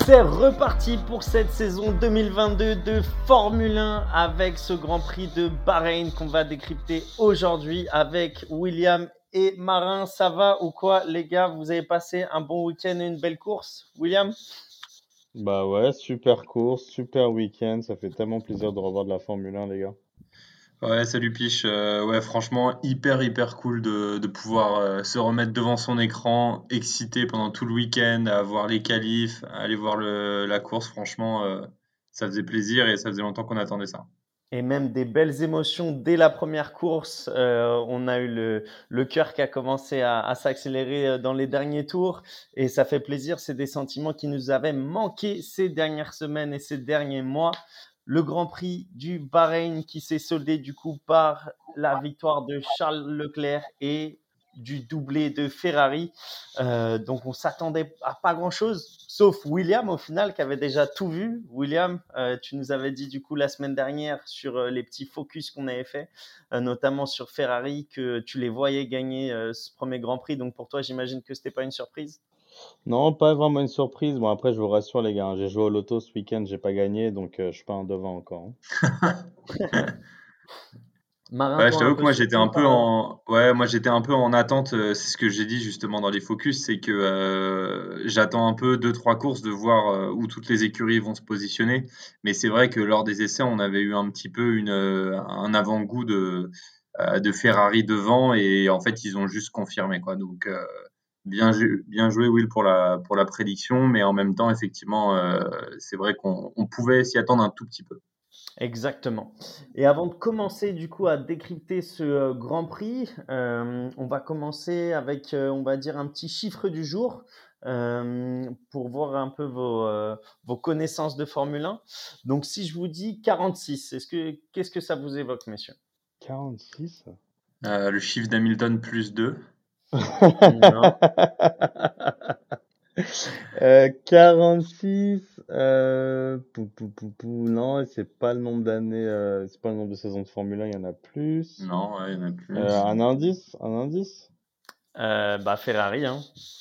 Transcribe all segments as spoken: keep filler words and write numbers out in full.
C'est reparti pour cette saison deux mille vingt-deux de Formule un avec ce Grand Prix de Bahreïn qu'on va décrypter aujourd'hui avec William et Marin. Ça va ou quoi les gars? Vous avez passé un bon week-end et une belle course, William? Bah ouais, super course, super week-end, ça fait tellement plaisir de revoir de la Formule un, les gars. Ouais, salut Piche. Euh, ouais, franchement, hyper, hyper cool de, de pouvoir euh, se remettre devant son écran, excité pendant tout le week-end, à voir les qualifs, à aller voir le, la course. Franchement, euh, ça faisait plaisir et ça faisait longtemps qu'on attendait ça. Et même des belles émotions dès la première course. Euh, on a eu le, le cœur qui a commencé à, à s'accélérer euh, dans les derniers tours et ça fait plaisir. C'est des sentiments qui nous avaient manqué ces dernières semaines et ces derniers mois. Le Grand Prix du Bahreïn qui s'est soldé du coup par la victoire de Charles Leclerc et du doublé de Ferrari. Euh, donc on s'attendait à pas grand-chose, sauf William au final qui avait déjà tout vu. William, euh, tu nous avais dit du coup la semaine dernière sur euh, les petits focus qu'on avait fait, euh, notamment sur Ferrari, que tu les voyais gagner euh, ce premier Grand Prix. Donc pour toi, j'imagine que c'était pas une surprise. Non, pas vraiment une surprise. Bon, après, je vous rassure, les gars, hein, j'ai joué au loto ce week-end, j'ai pas gagné, donc euh, je suis pas un devant encore, hein. Marin, Ouais, je toi un t'avoue que peu moi j'étais un surpris peu par... en ouais, moi j'étais un peu en attente, euh, c'est ce que j'ai dit justement dans les focus, c'est que euh, j'attends un peu deux trois courses de voir euh, où toutes les écuries vont se positionner, mais c'est vrai que lors des essais, on avait eu un petit peu une euh, un avant-goût de euh, de Ferrari devant et en fait, ils ont juste confirmé quoi. Donc euh, bien jou- bien joué Will pour la pour la prédiction, mais en même temps effectivement euh, c'est vrai qu'on on pouvait s'y attendre un tout petit peu. Exactement. Et avant de commencer du coup à décrypter ce euh, Grand Prix, euh, on va commencer avec, euh, on va dire, un petit chiffre du jour euh, pour voir un peu vos, euh, vos connaissances de Formule un. Donc si je vous dis quarante-six, est-ce que, qu'est-ce que ça vous évoque, messieurs? quarante-six? Euh, le chiffre d'Hamilton plus deux. Non. Euh, quarante-six, euh, pou, pou, pou, pou, non, c'est pas le nombre d'années, euh, c'est pas le nombre de saisons de Formule un, il y en a plus. Non, ouais, il y en a Euh, plus. un indice, un indice? Euh, bah Ferrari, hein.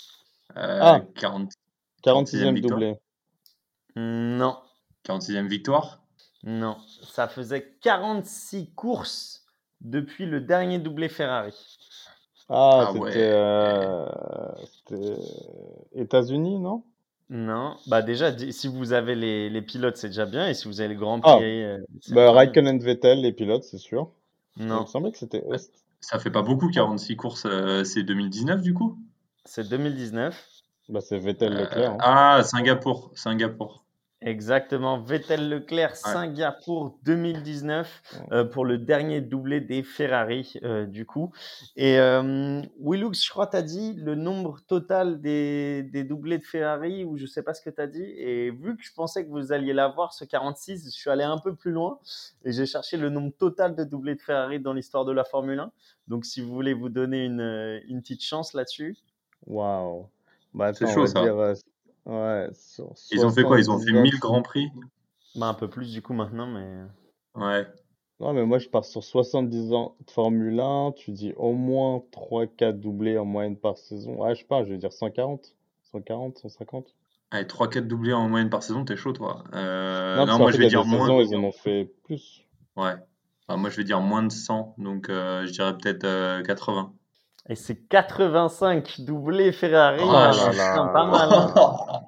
Euh, Ah, quarante, quarante-sixième quarante-sixième victoire. doublé. Non, quarante-sixième victoire. non. Ça faisait quarante-six courses depuis le dernier doublé Ferrari. Ah, Ah c'était ouais. euh, c'était États-Unis, non? Non, bah déjà, di- si vous avez les, les pilotes, c'est déjà bien. Et si vous avez le Grand Prix, Ah, euh, c'est bah encore mieux. Raikkonen Vettel, les pilotes, c'est sûr. Il me Non, semblait que c'était Ouais. Aust. Ça fait pas beaucoup, Oh, quarante-six courses. Euh, c'est deux mille dix-neuf du coup? c'est deux mille dix-neuf. bah c'est Vettel Leclerc, Euh, hein. ah, Singapour. Singapour. Exactement. Vettel-Leclerc, Ouais. Singapour deux mille dix-neuf Ouais. euh, pour le dernier doublé des Ferrari, euh, du coup. Et euh, Willux, je crois que tu as dit le nombre total des, des doublés de Ferrari, ou je sais pas ce que tu as dit. Et vu que je pensais que vous alliez l'avoir, ce quarante-six, je suis allé un peu plus loin et j'ai cherché le nombre total de doublés de Ferrari dans l'histoire de la Formule un. Donc, si vous voulez vous donner une, euh, une petite chance là-dessus. Waouh. Bah C'est attends, on chaud va ça. dire euh, ouais, sur Ils ont fait quoi? Ils ont fait soixante-dix-neuf. mille grands prix? Bah, un peu plus du coup maintenant, mais Ouais. Non, mais moi je pars sur soixante-dix ans de Formule un, tu dis au moins trois quatre doublés en moyenne par saison. Ouais, je sais pas, je vais dire cent quarante. cent quarante, cent cinquante. Allez, trois quatre doublés en moyenne par saison, t'es chaud toi. Euh, Non, parce non, qu'en moi fait, je il vais y a des dire saisons, moins. ils en ont fait plus. Ouais. Enfin, moi je vais dire moins de cent, donc euh, je dirais peut-être euh, quatre-vingts. et c'est quatre-vingt-cinq doublés Ferrari, Oh Oh Marin. là Putain, pas mal, hein. là.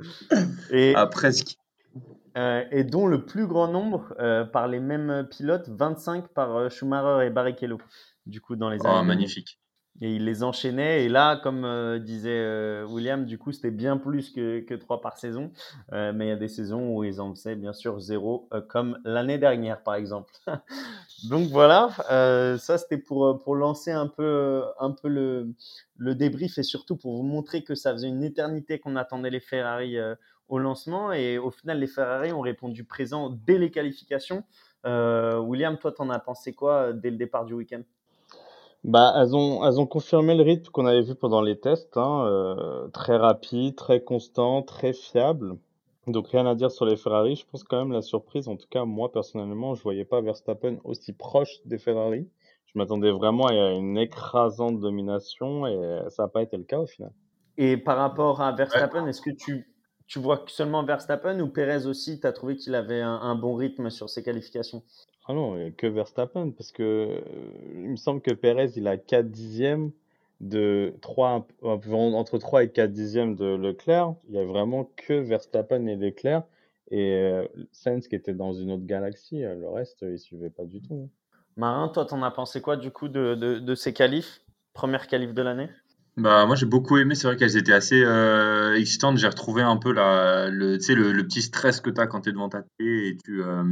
Ah, Et, presque. euh, et dont le plus grand nombre euh, par les mêmes pilotes, vingt-cinq par euh, Schumacher et Barrichello, du coup, dans les Oh, années deux mille. magnifique. Et il les enchaînait. Et là, comme euh, disait euh, William, du coup, c'était bien plus que, que trois par saison. Euh, mais il y a des saisons où ils en faisaient bien sûr zéro, euh, comme l'année dernière, par exemple. Donc voilà, euh, ça c'était pour, euh, pour lancer un peu, euh, un peu le, le débrief et surtout pour vous montrer que ça faisait une éternité qu'on attendait les Ferrari euh, au lancement. Et au final, les Ferrari ont répondu présent dès les qualifications. Euh, William, toi, t'en as pensé quoi euh, dès le départ du week-end? Bah, elles ont, elles ont confirmé le rythme qu'on avait vu pendant les tests, hein, euh, très rapide, très constant, très fiable. Donc rien à dire sur les Ferrari. Je pense quand même la surprise, en tout cas moi personnellement, je voyais pas Verstappen aussi proche des Ferrari. Je m'attendais vraiment à une écrasante domination et ça n'a pas été le cas au final. Et par rapport à Ouais. Verstappen, est-ce que tu, tu vois que seulement Verstappen ou Perez aussi, tu as trouvé qu'il avait un, un bon rythme sur ses qualifications? Ah non, il y a que Verstappen, parce que euh, il me semble que Perez, il a quatre dixièmes de trois, entre trois et quatre dixièmes de Leclerc. Il y a vraiment que Verstappen et Leclerc. Et euh, Sainz qui était dans une autre galaxie, euh, le reste, il suivait pas du tout. Marin, toi, t'en as pensé quoi du coup de, de, de ces qualifs? Première qualif de l'année? Bah, moi j'ai beaucoup aimé, c'est vrai qu'elles étaient assez euh, excitantes. J'ai retrouvé un peu la, le, tu sais, le, le petit stress que tu as quand tu es devant ta télé et tu, euh,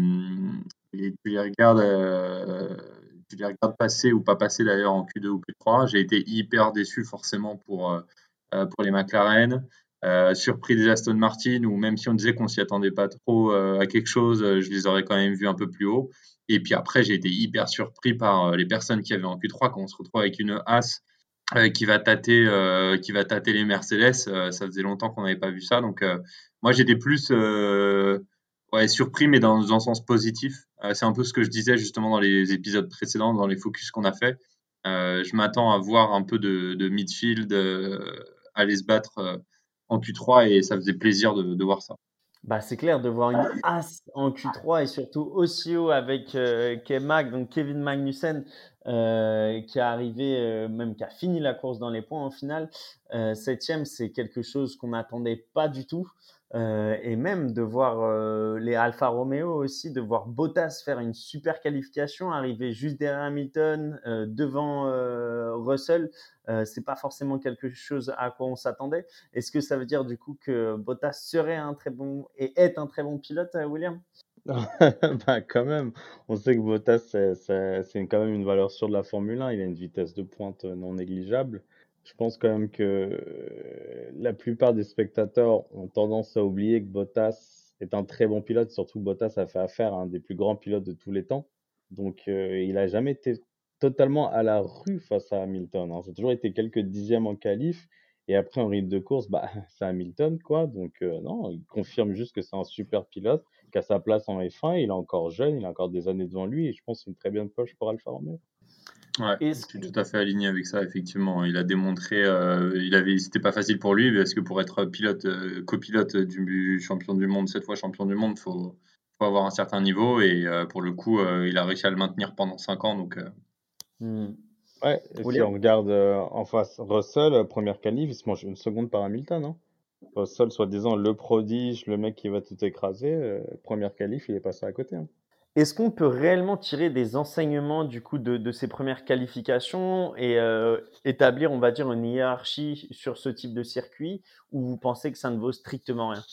et tu les regardes, euh, tu les regardes passer ou pas passer d'ailleurs en Q deux ou Q trois. J'ai été hyper déçu forcément pour, euh, euh, pour les McLaren. Euh, surpris des Aston Martin, ou même si on disait qu'on s'y attendait pas trop euh, à quelque chose, euh, je les aurais quand même vus un peu plus haut. Et puis après, j'ai été hyper surpris par euh, les personnes qui avaient en Q trois quand on se retrouve avec une As euh, qui va tâter, euh, qui va tâter les Mercedes. Euh, ça faisait longtemps qu'on n'avait pas vu ça. Donc, euh, moi, j'étais plus euh, ouais, surpris, mais dans, dans un sens positif. Euh, c'est un peu ce que je disais justement dans les épisodes précédents, dans les focus qu'on a fait. Euh, je m'attends à voir un peu de, de midfield euh, aller se battre euh, en Q trois et ça faisait plaisir de, de voir ça. Bah, c'est clair de voir une As en Q trois et surtout aussi haut avec euh, K-Mag, donc Kevin Magnussen, euh, qui est arrivé, euh, même qui a fini la course dans les points en finale. Euh, septième, c'est quelque chose qu'on n'attendait pas du tout. Euh, et même de voir euh, les Alfa Romeo aussi, de voir Bottas faire une super qualification, arriver juste derrière Hamilton, euh, devant euh, Russell, euh, c'est pas forcément quelque chose à quoi on s'attendait. Est-ce que ça veut dire du coup que Bottas serait un très bon et est un très bon pilote, euh, William? Bah, quand même, on sait que Bottas, c'est c'est- c'est quand même une valeur sûre de la Formule un. Il a une vitesse de pointe non négligeable. Je pense quand même que euh, la plupart des spectateurs ont tendance à oublier que Bottas est un très bon pilote, surtout que Bottas a fait affaire à un des plus grands pilotes de tous les temps. Donc, euh, il a jamais été totalement à la rue face à Hamilton, hein. Ça a toujours été quelques dixièmes en qualif. Et après, en rythme de course, bah, c'est Hamilton, quoi. Donc, euh, non, il confirme juste que c'est un super pilote qui a sa place en F un. Il est encore jeune, il a encore des années devant lui et je pense que c'est une très bonne poche pour Alfa Romeo. Ouais, je Est-ce suis que tout à fait aligné avec ça, effectivement. Il a démontré, euh, il avait, c'était pas facile pour lui parce que pour être pilote, euh, copilote du champion du monde, cette fois champion du monde, faut, faut avoir un certain niveau et euh, pour le coup, euh, il a réussi à le maintenir pendant cinq ans. Donc, euh, Hmm. Ouais, et si on William? regarde euh, en face Russell, euh, première qualif, il se mange une seconde par Hamilton, hein. Russell, soi-disant le prodige, le mec qui va tout écraser, euh, première qualif, il est passé à côté, hein. Est-ce qu'on peut réellement tirer des enseignements du coup de, de ces premières qualifications et euh, établir, on va dire, une hiérarchie sur ce type de circuit, ou vous pensez que ça ne vaut strictement rien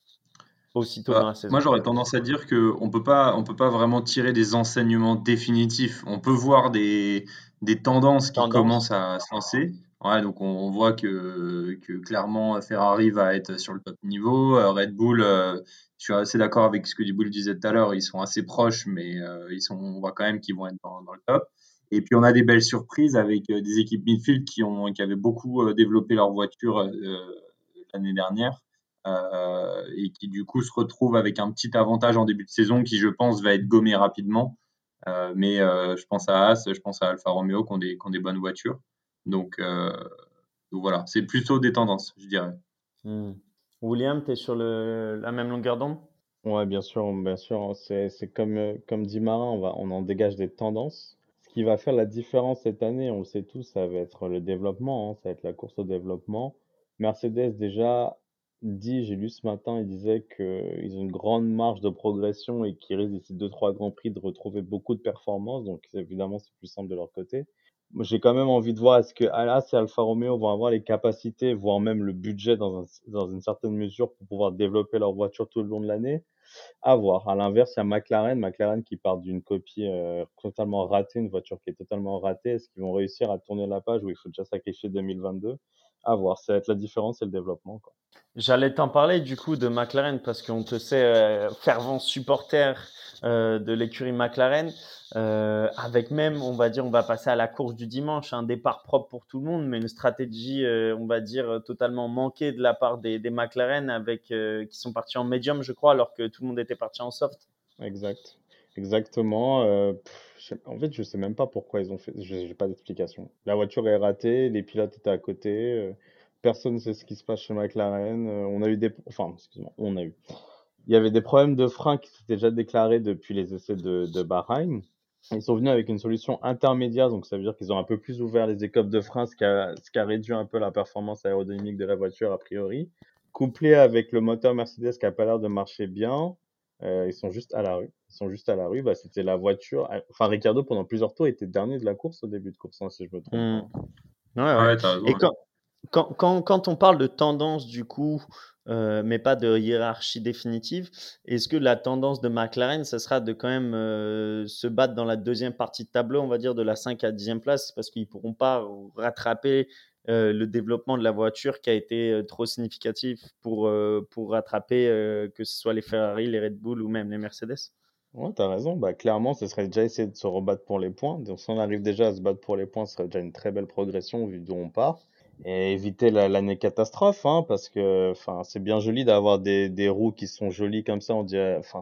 aussitôt dans bah, la moi, saison? j'aurais tendance à dire que on peut pas, on peut pas vraiment tirer des enseignements définitifs. On peut voir des, des tendances qui Tendance? commencent à se lancer. Ouais, donc on, on voit que, que clairement Ferrari va être sur le top niveau. Euh, Red Bull, euh, je suis assez d'accord avec ce que Bull disait tout à l'heure. Ils sont assez proches, mais euh, ils sont, on voit quand même qu'ils vont être dans, dans le top. Et puis on a des belles surprises avec euh, des équipes midfield qui ont, qui avaient beaucoup euh, développé leur voiture euh, l'année dernière euh, et qui du coup se retrouve avec un petit avantage en début de saison qui, je pense, va être gommé rapidement. Euh, mais euh, je pense à As, je pense à Alfa Romeo qui ont des, qui ont des bonnes voitures. Donc, euh, donc voilà, c'est plutôt des tendances, je dirais. Hmm. William, tu es sur le, la même longueur d'onde? Ouais, bien sûr, bien sûr, hein, c'est c'est comme euh, comme dit Marin, on va on en dégage des tendances. Ce qui va faire la différence cette année, on le sait tous, ça va être le développement, hein, ça va être la course au développement. Mercedes déjà dit, j'ai lu ce matin, il disait qu'ils ont une grande marge de progression et qu'ils risquent d'ici deux trois grands prix de retrouver beaucoup de performances, donc évidemment c'est plus simple de leur côté. Moi, j'ai quand même envie de voir est-ce que Haas et Alfa Romeo vont avoir les capacités, voire même le budget dans un, dans une certaine mesure pour pouvoir développer leur voiture tout le long de l'année. À voir. À l'inverse, il y a McLaren, McLaren qui part d'une copie euh, totalement ratée, une voiture qui est totalement ratée. Est-ce qu'ils vont réussir à tourner la page où il faut déjà sacrifier deux mille vingt-deux? À voir. Ça va être la différence, c'est le développement, quoi. J'allais t'en parler du coup de McLaren parce qu'on te sait euh, fervent supporter euh, de l'écurie McLaren, euh, avec même, on va dire, on va passer à la course du dimanche, un départ propre pour tout le monde, mais une stratégie, euh, on va dire, totalement manquée de la part des, des McLaren avec euh, qui sont partis en médium, je crois, alors que tout le monde était parti en soft. Exact. Exactement. euh, pff, je sais- en fait, je sais même pas pourquoi ils ont fait. Je J'ai pas d'explication. La voiture est ratée, les pilotes étaient à côté. euh, personne ne sait ce qui se passe chez McLaren. Euh, on a eu des, enfin, excuse-moi, on a eu. Il y avait des problèmes de frein qui s'étaient déjà déclarés depuis les essais de, de Bahreïn. Ils sont venus avec une solution intermédiaire, donc ça veut dire qu'ils ont un peu plus ouvert les écopes de frein, ce qui a, ce qui a réduit un peu la performance aérodynamique de la voiture a priori. Couplé avec le moteur Mercedes qui a pas l'air de marcher bien, euh, ils sont juste à la rue. Ils sont juste à la rue. Bah, c'était la voiture. Enfin, Ricciardo pendant plusieurs tours était dernier de la course au début de course, hein, si je me trompe Hmm. pas. Ouais, ouais. Ouais, t'as raison. Et Ouais. quand, quand, quand, quand on parle de tendance, du coup, euh, mais pas de hiérarchie définitive, est-ce que la tendance de McLaren, ça sera de quand même euh, se battre dans la deuxième partie de tableau, on va dire de la cinq à dixième place, parce qu'ils ne pourront pas rattraper euh, le développement de la voiture qui a été euh, trop significatif pour, euh, pour rattraper euh, que ce soit les Ferrari, les Red Bull ou même les Mercedes? Ouais, t'as raison. Bah, clairement, ce serait déjà essayer de se rebattre pour les points. Donc, si on arrive déjà à se battre pour les points, ce serait déjà une très belle progression vu d'où on part. Et éviter la- l'année catastrophe, hein, parce que, enfin, c'est bien joli d'avoir des, des roues qui sont jolies comme ça. On dirait, enfin,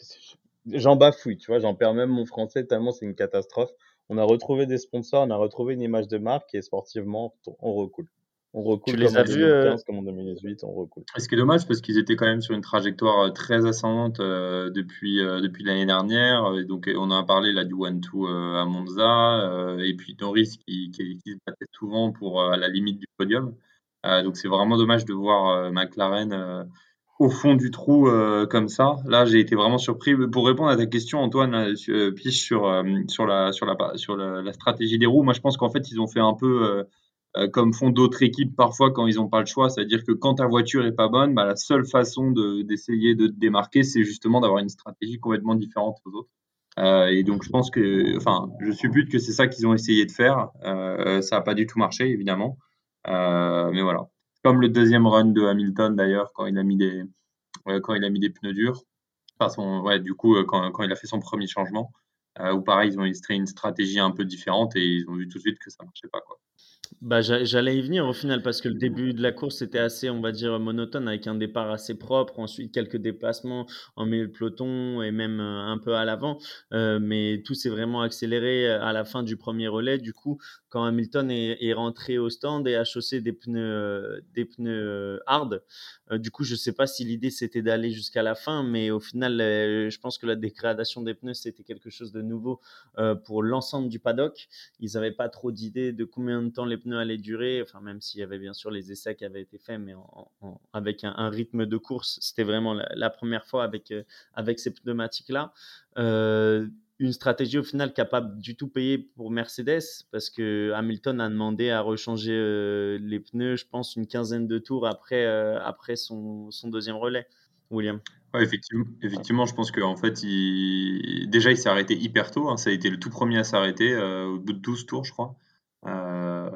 j'en bafouille, tu vois, j'en perds même mon français tellement c'est une catastrophe. On a retrouvé des sponsors, on a retrouvé une image de marque et sportivement, on recoule. On Tu recoule comme les en as vus euh, deux mille quinze, comme en deux mille dix-huit, on recoule. Et ce qui est dommage, parce qu'ils étaient quand même sur une trajectoire euh, très ascendante euh, depuis, euh, depuis l'année dernière. Et donc, euh, on en a parlé là du one deux euh, à Monza, euh, et puis Norris qui, qui, qui se battait souvent pour euh, à la limite du podium. Euh, donc, c'est vraiment dommage de voir euh, McLaren euh, au fond du trou euh, comme ça. Là, j'ai été vraiment surpris. Pour répondre à ta question, Antoine, euh, sur- euh, Piche, sur, euh, sur, la, sur, la, sur la, la stratégie des roues, moi, je pense qu'en fait, ils ont fait un peu euh, euh, comme font d'autres équipes parfois quand ils n'ont pas le choix. C'est-à-dire que quand ta voiture est pas bonne, bah, la seule façon de, d'essayer de te démarquer, c'est justement d'avoir une stratégie complètement différente aux autres. Euh, et donc, je pense que, enfin, je suppute que c'est ça qu'ils ont essayé de faire. Euh, ça n'a pas du tout marché, évidemment. Euh, mais voilà. Comme le deuxième run de Hamilton d'ailleurs, quand il a mis des, euh, quand il a mis des pneus durs. Enfin, son, ouais, du coup, euh, quand, quand il a fait son premier changement, euh, où pareil, ils ont illustré une stratégie un peu différente et ils ont vu tout de suite que ça marchait pas, quoi. Bah, j'a- j'allais y venir au final parce que le début de la course était assez, on va dire, monotone avec un départ assez propre, ensuite quelques déplacements en milieu de peloton et même euh, un peu à l'avant. Euh, mais tout s'est vraiment accéléré à la fin du premier relais. Du coup, quand Hamilton est, est rentré au stand et a chaussé des pneus, euh, des pneus euh, hard, euh, du coup, je sais pas si l'idée c'était d'aller jusqu'à la fin, mais au final, euh, je pense que la dégradation des pneus c'était quelque chose de nouveau euh, pour l'ensemble du paddock. Ils n'avaient pas trop d'idées de combien de temps les pneus allaient durer, enfin même s'il y avait bien sûr les essais qui avaient été faits, mais en, en, avec un, un, rythme de course, c'était vraiment la, la première fois avec, euh, avec ces pneumatiques-là. Euh, une stratégie au final qui n'a pas du tout payé pour Mercedes parce que Hamilton a demandé à rechanger euh, les pneus, je pense, une quinzaine de tours après, euh, après son, son deuxième relais, William. Ouais, effectivement, effectivement, je pense qu'en fait, il... déjà, il s'est arrêté hyper tôt, hein. Ça a été le tout premier à s'arrêter euh, au bout de douze tours, je crois. Euh,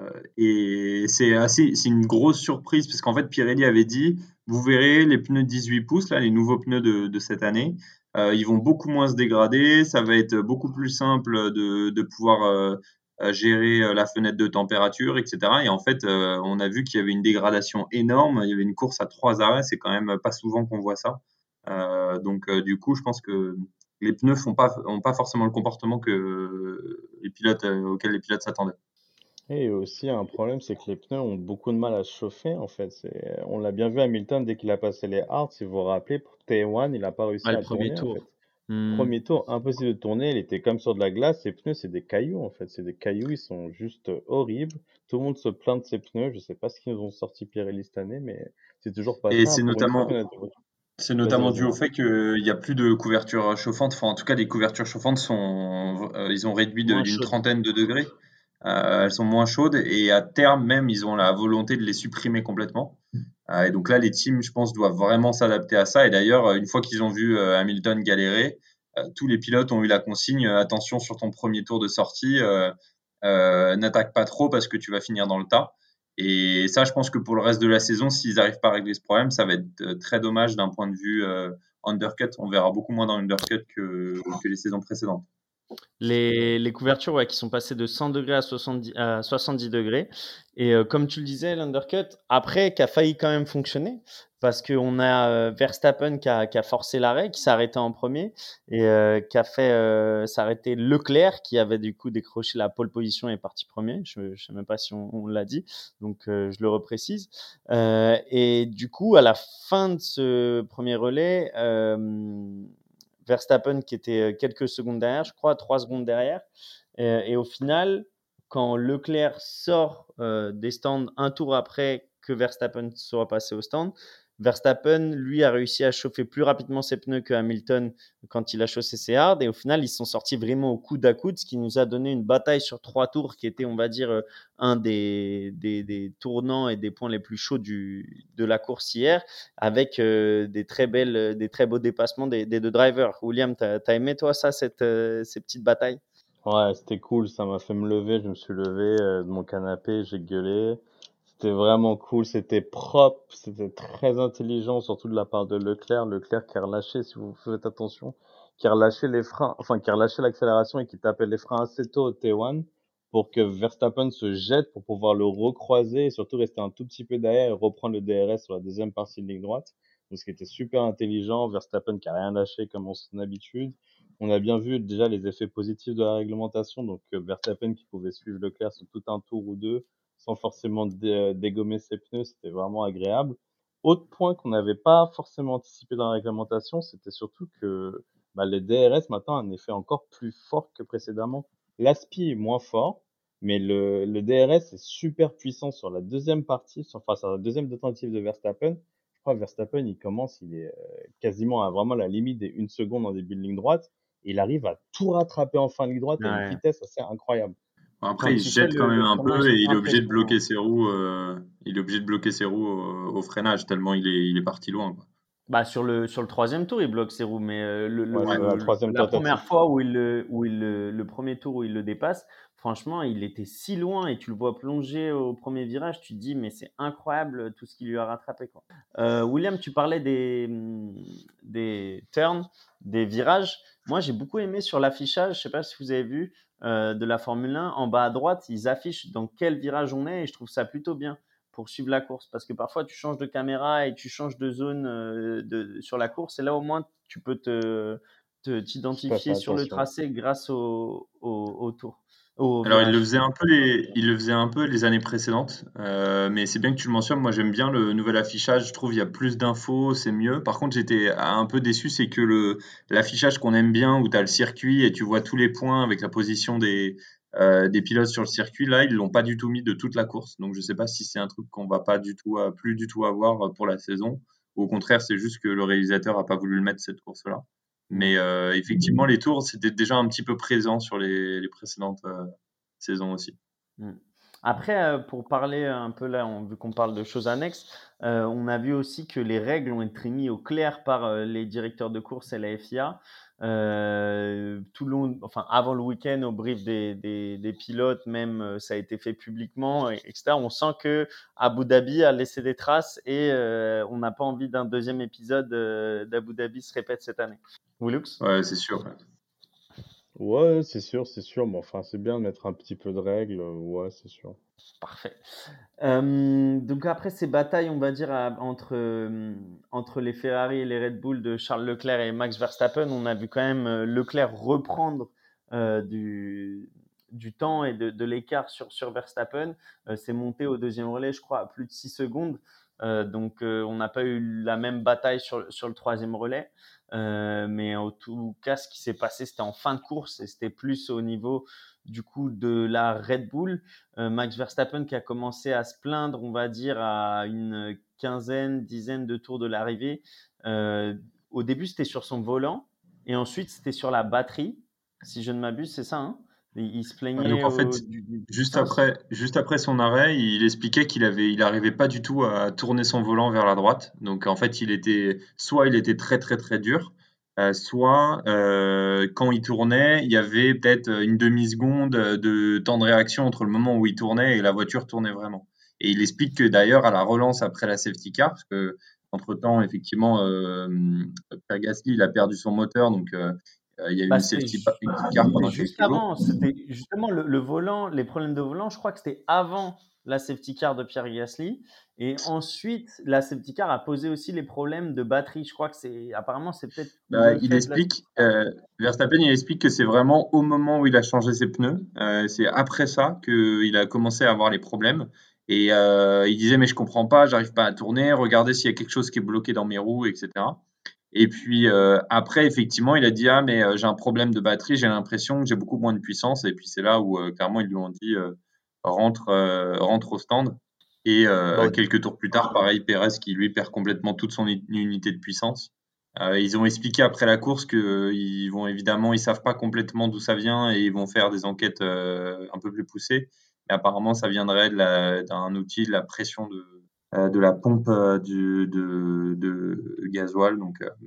et c'est assez, c'est une grosse surprise parce qu'en fait, Pirelli avait dit, vous verrez les pneus dix-huit pouces, là, les nouveaux pneus de, de cette année, euh, ils vont beaucoup moins se dégrader, ça va être beaucoup plus simple de, de pouvoir euh, euh, gérer euh, la fenêtre de température, et cetera. Et en fait, euh, on a vu qu'il y avait une dégradation énorme, il y avait une course à trois arrêts, c'est quand même pas souvent qu'on voit ça. Euh, donc, euh, du coup, je pense que les pneus font pas, ont pas forcément le comportement que les pilotes, euh, auquel les pilotes s'attendaient. Et aussi, un problème, c'est que les pneus ont beaucoup de mal à se chauffer, en fait. C'est, on l'a bien vu Hamilton dès qu'il a passé les hards, si vous vous rappelez, pour T un, il n'a pas Ah, réussi le à premier tourner, en fait. tour. Hmm. Premier tour, impossible de tourner, il était comme sur de la glace. Ses pneus, c'est des cailloux, en fait. C'est des cailloux, ils sont juste horribles. Tout le monde se plaint de ses pneus. Je sais pas ce qu'ils nous ont sorti Pirelli cette année, mais c'est toujours pas Et ça. c'est Pour une fois notamment, qu'on a des voitures. c'est Vas-y, notamment vas-y, dû au Marc. fait qu'il n'y a plus de couverture chauffante. Enfin, en tout cas, les couvertures chauffantes sont, euh, ils ont réduit de- Moins d'une chaude. trentaine de degrés. Euh, elles sont moins chaudes et à terme même, ils ont la volonté de les supprimer complètement. Euh, et donc là, les teams, je pense, doivent vraiment s'adapter à ça. Et d'ailleurs, une fois qu'ils ont vu euh, Hamilton galérer, euh, tous les pilotes ont eu la consigne, euh, attention sur ton premier tour de sortie, euh, euh, n'attaque pas trop parce que tu vas finir dans le tas. Et ça, je pense que pour le reste de la saison, s'ils n'arrivent pas à régler ce problème, ça va être euh, très dommage d'un point de vue euh, undercut. On verra beaucoup moins dans undercut que, que les saisons précédentes. Les, les couvertures ouais, qui sont passées de cent degrés à soixante-dix, à soixante-dix degrés. Et euh, comme tu le disais, l'undercut, après, qui a failli quand même fonctionner, parce qu'on a euh, Verstappen qui a, qui a forcé l'arrêt, qui s'est arrêté en premier, et euh, qui a fait euh, s'arrêter Leclerc, qui avait du coup décroché la pole position et est parti premier. Je ne sais même pas si on, on l'a dit, donc euh, je le reprécise. Euh, et du coup, à la fin de ce premier relais, euh, Verstappen qui était quelques secondes derrière, je crois, trois secondes derrière. Et, et au final, quand Leclerc sort euh, des stands un tour après que Verstappen soit passé au stand, Verstappen, lui, a réussi à chauffer plus rapidement ses pneus que Hamilton quand il a chaussé ses hards. Et au final, ils sont sortis vraiment au coude à coude, ce qui nous a donné une bataille sur trois tours qui était, on va dire, un des, des, des tournants et des points les plus chauds du, de la course hier, avec euh, des, très belles, des très beaux dépassements des, des deux drivers. William, t'as, t'as aimé, toi, ça, cette, euh, ces petites batailles? Ouais, c'était cool, ça m'a fait me lever, je me suis levé euh, de mon canapé, j'ai gueulé. C'était vraiment cool, c'était propre, c'était très intelligent, surtout de la part de Leclerc. Leclerc qui a relâché, si vous faites attention, qui a relâché les freins, enfin qui a relâché l'accélération et qui tapait les freins assez tôt au T un pour que Verstappen se jette pour pouvoir le recroiser et surtout rester un tout petit peu derrière et reprendre le D R S sur la deuxième partie de ligne droite. Donc ce qui était super intelligent, Verstappen qui a rien lâché comme en son habitude. On a bien vu déjà les effets positifs de la réglementation, donc euh, Verstappen qui pouvait suivre Leclerc sur tout un tour ou deux sans forcément dé- dégommer ses pneus, c'était vraiment agréable. Autre point qu'on n'avait pas forcément anticipé dans la réglementation, c'était surtout que bah, les D R S maintenant ont un effet encore plus fort que précédemment. L'Aspi est moins fort, mais le, le D R S est super puissant sur la deuxième partie, sur, enfin sur la deuxième tentative de Verstappen. Je crois que Verstappen, il commence, il est euh, quasiment à vraiment la limite des une seconde en début de ligne droite. Et il arrive à tout rattraper en fin de ligne droite à une Ouais. vitesse assez incroyable. Après, il Quand se il fait jette quand le, même le un freinage, peu et c'est il est obligé de bloquer impressionnant. ses roues. euh, il est obligé de bloquer ses roues au, au freinage tellement il est, il est parti loin, quoi. Bah, sur le, sur le troisième tour, il bloque ses roues, mais euh, le, Ouais, sur Ouais. la le, troisième la première tentative. fois où il le, où il le, le premier tour où il le dépasse, franchement, il était si loin et tu le vois plonger au premier virage, tu te dis, mais c'est incroyable tout ce qu'il lui a rattrapé, quoi. Euh, William, tu parlais des, des turns, des virages. Moi, j'ai beaucoup aimé sur l'affichage, je sais pas si vous avez vu, euh, de la Formule un, en bas à droite, ils affichent dans quel virage on est et je trouve ça plutôt bien pour suivre la course. Parce que parfois, tu changes de caméra et tu changes de zone euh, de, sur la course. Et là, au moins, tu peux te, te- Je peux pas faire t'identifier sur le attention. tracé grâce au, au, au tour, au Alors, il le virage. faisait un peu les, il le faisait un peu les années précédentes, euh, mais c'est bien que tu le mentionnes. Moi, j'aime bien le nouvel affichage. Je trouve il y a plus d'infos, c'est mieux. Par contre, j'étais un peu déçu, c'est que le l'affichage qu'on aime bien, où tu as le circuit et tu vois tous les points avec la position des euh, des pilotes sur le circuit, là, ils l'ont pas du tout mis de toute la course. Donc, je sais pas si c'est un truc qu'on va pas du tout, euh, plus du tout avoir pour la saison, ou au contraire, c'est juste que le réalisateur a pas voulu le mettre cette course-là. Mm. Mais euh, effectivement, les tours, c'était déjà un petit peu présent sur les, les précédentes. euh, saison aussi. Mm. Après, euh, pour parler un peu là, on- vu qu'on parle de choses annexes, euh, on a vu aussi que les règles ont été mises au clair par euh, les directeurs de course et la F I A. Euh, tout le long, enfin avant le week-end, au brief des, des, des pilotes, même euh, ça a été fait publiquement, et- etc. On sent que Abu Dhabi a laissé des traces et euh, on n'a pas envie d'un deuxième épisode euh, d'Abu Dhabi se répète cette année. Willux? Ouais, c'est sûr. Ouais, c'est sûr, c'est sûr. Mais enfin, c'est bien de mettre un petit peu de règles. euh, Ouais, c'est sûr. Parfait. Euh, donc après ces batailles, on va dire, à- entre, euh, entre les Ferrari et les Red Bull de Charles Leclerc et Max Verstappen, on a vu quand même euh, Leclerc reprendre euh, du, du temps et de, de l'écart sur, sur Verstappen. Euh, c'est monté au deuxième relais, je crois, à plus de six secondes. Euh, donc euh, on n'a pas eu la même bataille sur, sur le troisième relais. Euh, mais en tout cas, ce qui s'est passé, c'était en fin de course et c'était plus au niveau du coup de la Red Bull. Euh, Max Verstappen qui a commencé à se plaindre, on va dire, à une quinzaine, dizaine de tours de l'arrivée. Euh, au début, c'était sur son volant et ensuite, c'était sur la batterie, si je ne m'abuse, c'est ça, hein. il, il se Ouais, donc plaignait en fait, au, du, du juste puissance. après, juste après son arrêt, il expliquait qu'il avait, il arrivait pas du tout à tourner son volant vers la droite. Donc en fait, il était, soit il était très très très dur, euh, soit euh, quand il tournait, il y avait peut-être une demi-seconde de temps de réaction entre le moment où il tournait et la voiture tournait vraiment. Et il explique que d'ailleurs à la relance après la safety car, parce que entre-temps, effectivement, euh, Pierre Gasly, il a perdu son moteur, donc euh, Euh, il y a eu Bah, une c'était safety ju- pa- car c'était pendant juste quelques jours. avant. C'était justement le, le volant, les problèmes de volant. Je crois que c'était avant la safety car de Pierre Gasly. Et ensuite, la safety car a posé aussi les problèmes de batterie. Je crois que c'est apparemment c'est peut-être Bah, le il fait de la explique, euh, Verstappen, il explique que c'est vraiment au moment où il a changé ses pneus, euh, c'est après ça qu'il a commencé à avoir les problèmes. Et euh, il disait, mais je comprends pas, j'arrive pas à tourner, regardez s'il y a quelque chose qui est bloqué dans mes roues, et cetera. Et puis euh, après, effectivement, il a dit, ah, mais euh, j'ai un problème de batterie, j'ai l'impression que j'ai beaucoup moins de puissance. Et puis c'est là où euh, clairement ils lui ont dit, euh, rentre, euh, rentre au stand. Et bah, euh, au- quelques tours plus tard, pareil, Pérez qui lui perd complètement toute son uni- unité de puissance. Euh, ils ont expliqué après la course que euh, ils vont évidemment, ils savent pas complètement d'où ça vient et ils vont faire des enquêtes euh, un peu plus poussées. Mais apparemment, ça viendrait de la- d'un outil, de la pression de, euh, de la pompe euh, du, de, de gasoil. Donc euh,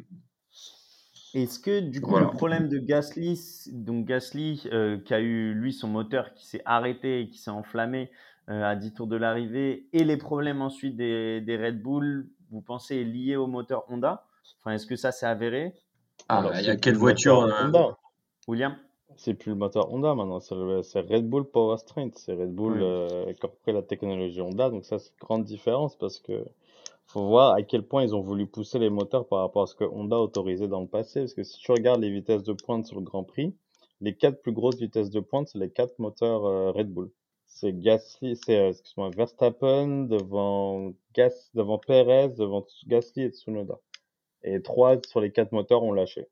Est-ce que du coup le voilà. problème de Gasly, c- donc Gasly euh, qui a eu lui son moteur qui s'est arrêté et qui s'est enflammé euh, à dix tours de l'arrivée, et les problèmes ensuite des, des Red Bull, vous pensez est lié au moteur Honda? Enfin, est-ce que ça s'est avéré, Alors, Ah, il y c'est a plus quelle le voiture moteur euh, Honda. William? C'est plus le moteur Honda maintenant, c'est le- c'est Red Bull Power Strength. C'est Red Bull Oui. euh, qui a repris la technologie Honda. Donc ça, c'est une grande différence parce que faut voir à quel point ils ont voulu pousser les moteurs par rapport à ce que Honda autorisait dans le passé. Parce que si tu regardes les vitesses de pointe sur le Grand Prix, les quatre plus grosses vitesses de pointe, c'est les quatre moteurs euh, Red Bull. C'est Gasly, c'est euh, excuse-moi, Verstappen devant Gas, devant Perez, devant Gasly et Tsunoda. Et trois sur les quatre moteurs ont lâché.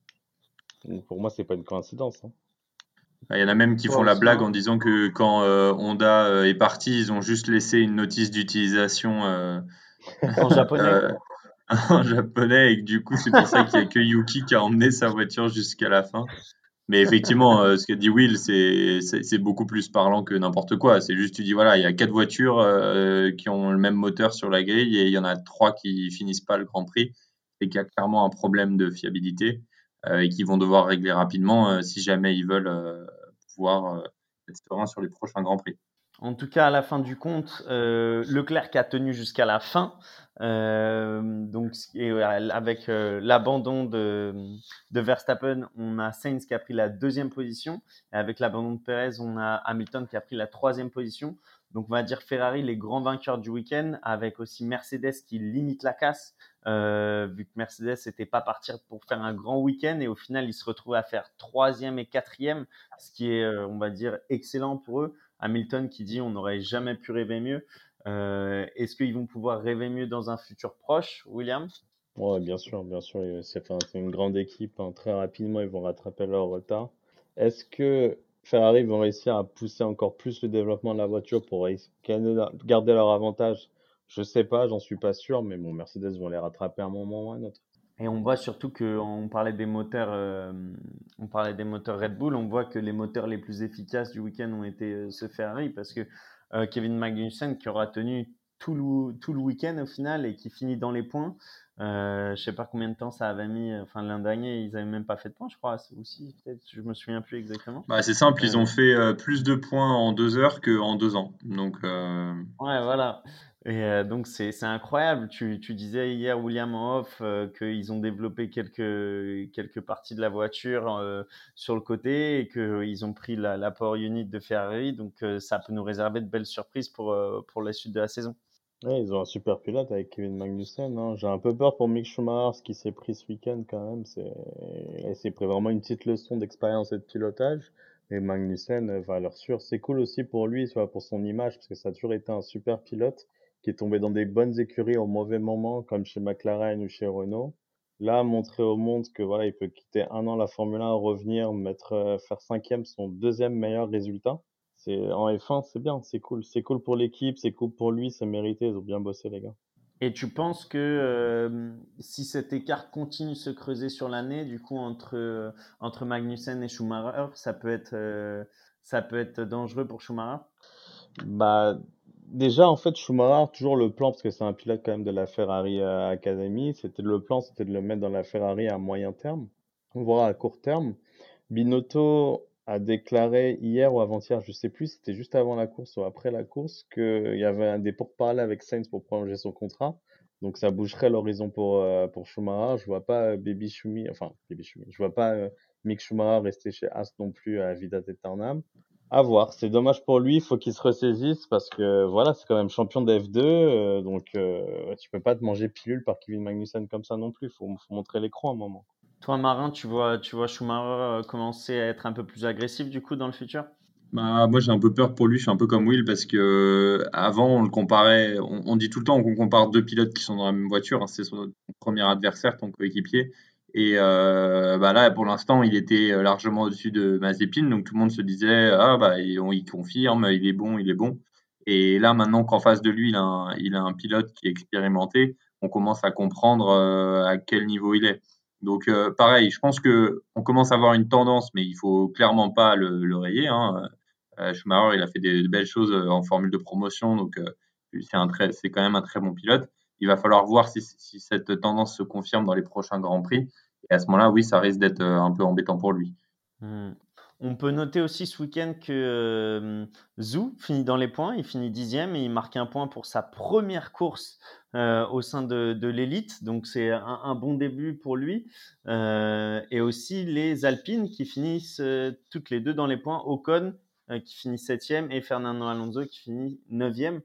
Donc pour moi, c'est pas une coïncidence, hein. Il y en a même qui Toi font la aussi, blague hein? en disant que quand euh, Honda euh, est parti, ils ont juste laissé une notice d'utilisation euh, En japonais? euh, en japonais et que du coup c'est pour ça qu'il y a que Yuki qui a emmené sa voiture jusqu'à la fin. Mais effectivement, euh, ce qu'a dit Will, c'est c'est c'est beaucoup plus parlant que n'importe quoi. C'est juste tu dis voilà, il y a quatre voitures euh, qui ont le même moteur sur la grille et il y en a trois qui finissent pas le Grand Prix et qu'il y a clairement un problème de fiabilité euh, et qu'ils vont devoir régler rapidement euh, si jamais ils veulent euh, pouvoir euh, être sereins sur les prochains Grands Prix. En tout cas, à la fin du compte, euh, Leclerc a tenu jusqu'à la fin. Euh, donc, et euh, avec euh, l'abandon de, de Verstappen, on a Sainz qui a pris la deuxième position. Et avec l'abandon de Perez, on a Hamilton qui a pris la troisième position. Donc, on va dire Ferrari, les grands vainqueurs du week-end, avec aussi Mercedes qui limite la casse, euh, vu que Mercedes n'était pas parti pour faire un grand week-end. Et au final, ils se retrouvent à faire troisième et quatrième, ce qui est, euh, on va dire, excellent pour eux. Hamilton qui dit on n'aurait jamais pu rêver mieux. Euh, Est-ce qu'ils vont pouvoir rêver mieux dans un futur proche, William? Ouais, bien sûr, bien sûr. et C'est enfin, c'est une grande équipe, hein. Très rapidement, ils vont rattraper leur retard. Est-ce que Ferrari vont réussir à pousser encore plus le développement de la voiture pour réussir- gagner leur- garder leur avantage? Je sais pas, j'en suis pas sûr, mais bon, Mercedes vont les rattraper à un moment ou à un autre. Et on voit surtout que on parlait des moteurs, euh, on parlait des moteurs Red Bull. On voit que les moteurs les plus efficaces du week-end ont été euh, ce Ferrari parce que euh, Kevin Magnussen qui aura tenu tout le, tout le week-end au final et qui finit dans les points. Euh, je sais pas combien de temps ça avait mis. Enfin l'an dernier ils avaient même pas fait de points, je crois aussi. Peut-être, je me souviens plus exactement. Bah, c'est simple, ils Euh, ont fait euh, plus de points en deux heures qu'en deux ans. Donc euh, Ouais, voilà. Et euh, donc, c'est c'est incroyable. Tu, tu disais hier, William, en off, euh, qu'ils ont développé quelques, quelques parties de la voiture euh, sur le côté et qu'ils ont pris la, la Power Unit de Ferrari. Donc, euh, ça peut nous réserver de belles surprises pour, euh, pour la suite de la saison. Ouais, ils ont un super pilote avec Kevin Magnussen, hein. J'ai un peu peur pour Mick Schumacher, ce qui s'est pris ce week-end quand même. C'est, il s'est pris vraiment une petite leçon d'expérience et de pilotage. Et Magnussen, euh, valeur sûre. C'est cool aussi pour lui, soit pour son image, parce que ça a toujours été un super pilote qui est tombé dans des bonnes écuries au mauvais moment, comme chez McLaren ou chez Renault. Là, montrer au monde que voilà, il peut quitter un an la Formule un, revenir, mettre, euh, faire cinquième, son deuxième meilleur résultat. C'est en F un, c'est bien, c'est cool. C'est cool pour l'équipe, c'est cool pour lui, c'est mérité, ils ont bien bossé les gars. Et tu penses que euh, si cet écart continue de se creuser sur l'année, du coup, entre, euh, entre Magnussen et Schumacher, ça peut être, euh, ça peut être dangereux pour Schumacher? Bah déjà en fait Schumacher toujours le plan parce que c'est un pilote quand même de la Ferrari euh, Academy, c'était le plan c'était de le mettre dans la Ferrari à moyen terme, voire à court terme. Binotto a déclaré hier ou avant-hier, je sais plus, c'était juste avant la course ou après la course, qu'il y avait un des pourparlers avec Sainz pour prolonger son contrat. Donc ça bougerait l'horizon pour, euh, pour Schumacher. Je vois pas euh, Baby Schumi, enfin Baby Schumi, je vois pas euh, Mick Schumacher rester chez As non plus à vidat aeternam. À voir. C'est dommage pour lui. Il faut qu'il se ressaisisse parce que voilà, c'est quand même champion de F deux. Euh, donc, euh, tu peux pas te manger pilule par Kevin Magnussen comme ça non plus. Faut, faut montrer l'écran à un moment. Toi, Marin, tu vois, tu vois Schumacher euh, commencer à être un peu plus agressif du coup dans le futur? Bah, moi, j'ai un peu peur pour lui. Je suis un peu comme Will parce que euh, avant, on le comparait. On, on dit tout le temps qu'on compare deux pilotes qui sont dans la même voiture, hein, c'est son premier adversaire, ton coéquipier. Et euh, bah là, pour l'instant, il était euh, largement au-dessus de Mazepin, donc tout le monde se disait ah bah il, on- il confirme, il est bon, il est bon. Et là, maintenant qu'en face de lui, il a un, il a un pilote qui est expérimenté, on commence à comprendre euh, à quel niveau il est. Donc euh, pareil, je pense que on commence à avoir une tendance, mais il faut clairement pas le, le rayer, hein. Euh, Schumacher, il a fait des, de belles choses euh, en formule de promotion, donc euh, c'est un très, c'est quand même un très bon pilote. Il va falloir voir si, si cette tendance se confirme dans les prochains Grands Prix. Et à ce moment-là, oui, ça risque d'être euh, un peu embêtant pour lui. Hmm. On peut noter aussi ce week-end que euh, Zhou finit dans les points, il finit dixième et il marque un point pour sa première course euh, au sein de, de l'élite, donc c'est un, un bon début pour lui. Euh, et aussi les Alpines qui finissent euh, toutes les deux dans les points, Ocon euh, qui finit septième et Fernando Alonso qui finit neuvième.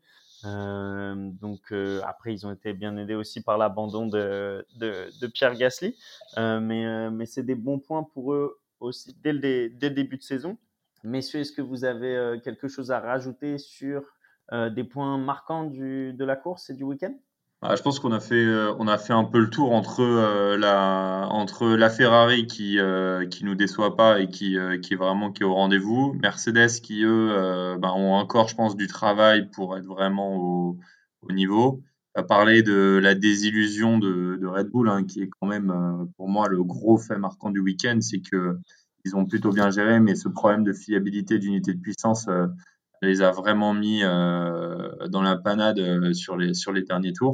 Euh, donc euh, après ils ont été bien aidés aussi par l'abandon de, de, de Pierre Gasly, euh, mais, euh, mais c'est des bons points pour eux aussi dès le, dé- dès le début de saison. Messieurs, est-ce que vous avez euh, quelque chose à rajouter sur euh, des points marquants du, de la course et du week-end? Ah, je pense qu'on a fait, euh, on a fait un peu le tour entre euh, la, entre la Ferrari qui, euh, qui nous déçoit pas et qui, euh, qui est vraiment qui est au rendez-vous, Mercedes qui eux euh, ben, ont encore, je pense, du travail pour être vraiment au, au niveau. On a parlé de la désillusion de, de Red Bull, hein, qui est quand même euh, pour moi le gros fait marquant du week-end, c'est que ils ont plutôt bien géré, mais ce problème de fiabilité d'unité de puissance euh, les a vraiment mis euh, dans la panade euh, sur les sur les derniers tours.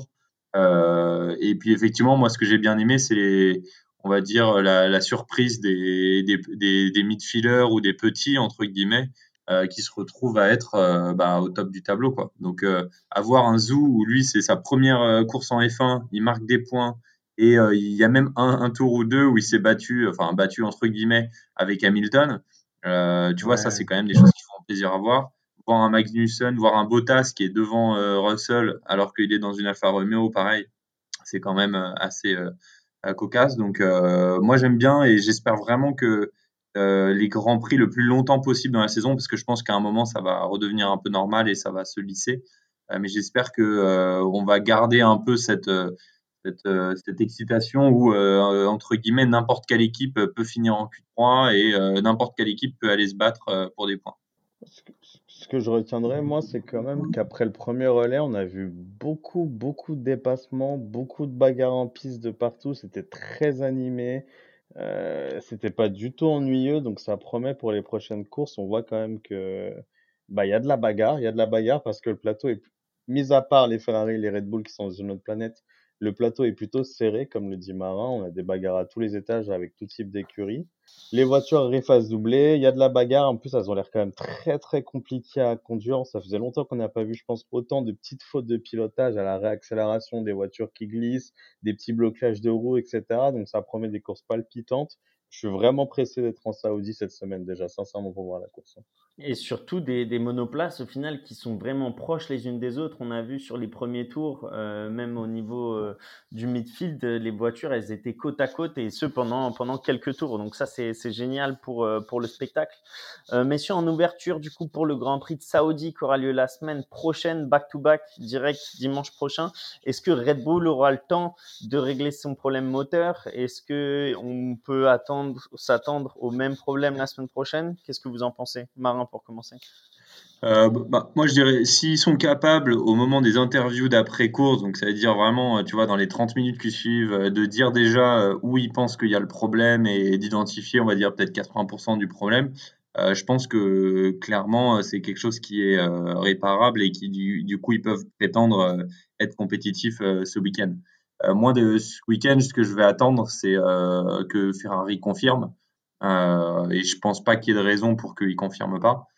Euh, et puis effectivement, moi, ce que j'ai bien aimé, c'est les, on va dire la, la surprise des, des, des, des midfielders ou des petits entre guillemets euh, qui se retrouvent à être euh, bah, au top du tableau, quoi. Donc euh, avoir un Zhou où lui c'est sa première euh, course en F un, il marque des points et euh, il y a même un, un tour ou deux où il s'est battu, enfin battu entre guillemets avec Hamilton. Euh, tu vois, ça c'est Ouais. quand même des choses qui font plaisir à voir voir un Magnussen, voir un Bottas qui est devant euh, Russell alors qu'il est dans une Alfa Romeo, pareil, c'est quand même euh, assez euh, cocasse. Donc euh, moi j'aime bien et j'espère vraiment que euh, les grands prix le plus longtemps possible dans la saison, parce que je pense qu'à un moment ça va redevenir un peu normal et ça va se lisser. Euh, mais j'espère que euh, on va garder un peu cette euh, cette, euh, cette excitation où euh, entre guillemets n'importe quelle équipe peut finir en Q trois et euh, n'importe quelle équipe peut aller se battre euh, pour des points. Ce que, ce que je retiendrai, moi, c'est quand même qu'après le premier relais, on a vu beaucoup, beaucoup de dépassements, beaucoup de bagarres en piste de partout. C'était très animé. Euh, c'était pas du tout ennuyeux, donc ça promet pour les prochaines courses. On voit quand même que bah il y a de la bagarre, il y a de la bagarre parce que le plateau est, mis à part les Ferrari et les Red Bull qui sont dans une autre planète, le plateau est plutôt serré, comme le dit Marin. On a des bagarres à tous les étages avec tout type d'écurie. Les voitures arrivent à se doubler, il y a de la bagarre. En plus, elles ont l'air quand même très très compliquées à conduire. Ça faisait longtemps qu'on n'a pas vu, je pense, autant de petites fautes de pilotage à la réaccélération, des voitures qui glissent, des petits blocages de roues, et cetera. Donc ça promet des courses palpitantes. Je suis vraiment pressé d'être en Saoudi cette semaine déjà, sincèrement, pour voir la course. Et surtout des, des monoplaces au final qui sont vraiment proches les unes des autres. On a vu sur les premiers tours, euh, même au niveau euh, du midfield, les voitures elles étaient côte à côte et ce pendant, pendant quelques tours. Donc ça c'est, c'est génial pour, euh, pour le spectacle. Euh, messieurs, en ouverture du coup pour le Grand Prix de Saoudi qui aura lieu la semaine prochaine, back-to-back, direct dimanche prochain, est-ce que Red Bull aura le temps de régler son problème moteur? Est-ce qu'on peut attendre, s'attendre au même problème la semaine prochaine? Qu'est-ce que vous en pensez, Marin, pour commencer? Euh, bah, moi, je dirais, s'ils sont capables, au moment des interviews d'après-course, donc ça veut dire vraiment, euh, tu vois, dans les trente minutes qui suivent, euh, de dire déjà euh, où ils pensent qu'il y a le problème et d'identifier, on va dire, peut-être quatre-vingts pour cent du problème, euh, je pense que clairement, euh, c'est quelque chose qui est euh, réparable et qui, du, du coup, ils peuvent prétendre euh, être compétitifs euh, ce week-end. Euh, moi, de ce week-end, ce que je vais attendre, c'est euh, que Ferrari confirme. Euh, et je pense pas qu'il y ait de raison pour qu'il confirme pas.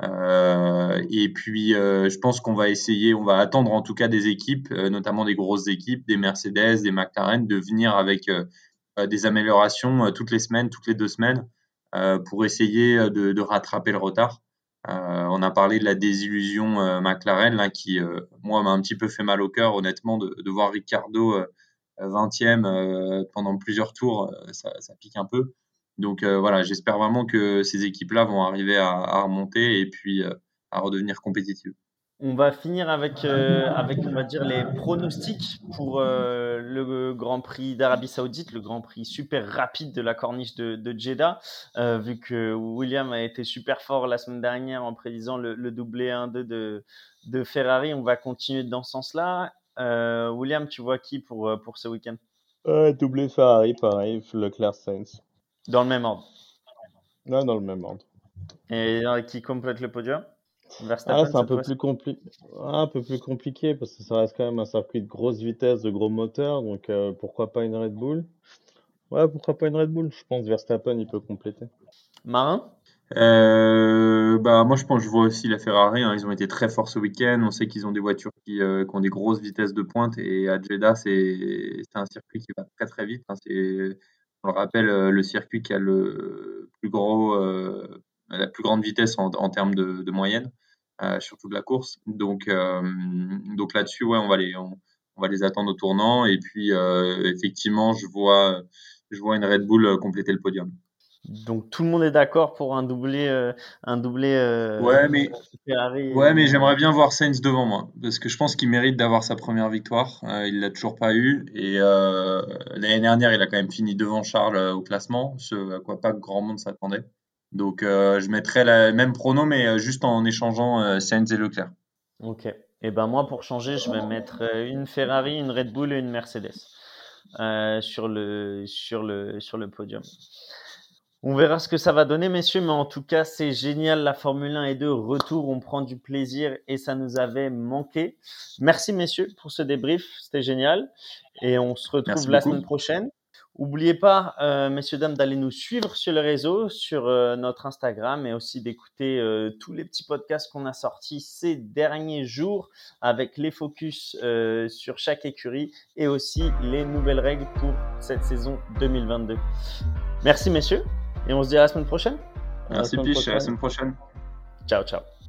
Euh, et puis, euh, je pense qu'on va essayer, on va attendre en tout cas des équipes, euh, notamment des grosses équipes, des Mercedes, des McLaren, de venir avec euh, euh, des améliorations euh, toutes les semaines, toutes les deux semaines, euh, pour essayer de, de rattraper le retard. Euh, on a parlé de la désillusion euh, McLaren là, qui, euh, moi, m'a un petit peu fait mal au cœur, honnêtement, de, de voir Ricciardo euh, vingtième euh, pendant plusieurs tours, euh, ça, ça pique un peu. Donc euh, voilà, j'espère vraiment que ces équipes-là vont arriver à, à remonter et puis euh, à redevenir compétitives. On va finir avec, euh, avec, on va dire, les pronostics pour euh, le Grand Prix d'Arabie Saoudite, le Grand Prix super rapide de la corniche de, de Jeddah, euh, vu que William a été super fort la semaine dernière en prédisant le, le doublé un deux de, de Ferrari. On va continuer dans ce sens-là. Euh, William, tu vois qui pour, pour ce week-end? Ouais, doublé Ferrari, pareil, Leclerc Sainz. Dans le même ordre. Ouais, dans le même ordre. Et euh, qui complète le podium? Ah, là, c'est un peu plus compli- un peu plus compliqué parce que ça reste quand même un circuit de grosse vitesse, de gros moteurs. Donc, euh, pourquoi pas une Red Bull? Ouais, pourquoi pas une Red Bull? Je pense Verstappen, il peut compléter. Marin? Euh, bah, moi, je pense, je vois aussi la Ferrari, hein, ils ont été très forts ce week-end. On sait qu'ils ont des voitures qui, euh, qui ont des grosses vitesses de pointe et à Jeddah, c'est, c'est un circuit qui va très très vite. Hein, c'est, on le rappelle, euh, le circuit qui a le plus gros, euh, la plus grande vitesse en, en termes de, de moyenne, euh, sur toute la course. Donc, euh, donc là-dessus, ouais, on va les, on, on va les attendre au tournant. Et puis, euh, effectivement, je vois, je vois une Red Bull compléter le podium. Donc tout le monde est d'accord pour un doublé, euh, un doublé euh, Ouais, mais Ferrari. Ouais, mais et- j'aimerais bien voir Sainz devant moi, parce que je pense qu'il mérite d'avoir sa première victoire. Euh, il l'a toujours pas eu, et euh, l'année dernière, il a quand même fini devant Charles euh, au classement, ce à quoi pas grand monde s'attendait. Donc, euh, je mettrais la même prono, mais euh, juste en échangeant euh, Sainz et Leclerc. Ok. Et ben moi pour changer, je vais mettre euh, une Ferrari, une Red Bull et une Mercedes euh, sur le sur le sur le podium. On verra ce que ça va donner, messieurs, mais en tout cas, c'est génial. La Formule un est de retour. On prend du plaisir et ça nous avait manqué. Merci, messieurs, pour ce débrief. C'était génial. Et on se retrouve Merci la beaucoup. semaine prochaine. N'oubliez pas, euh, messieurs, dames, d'aller nous suivre sur les réseaux, sur euh, notre Instagram et aussi d'écouter euh, tous les petits podcasts qu'on a sortis ces derniers jours avec les focus euh, sur chaque écurie et aussi les nouvelles règles pour cette saison deux mille vingt-deux. Merci, messieurs. Et on se dit à la semaine prochaine. Merci, Piche. À la semaine prochaine. Ciao, ciao.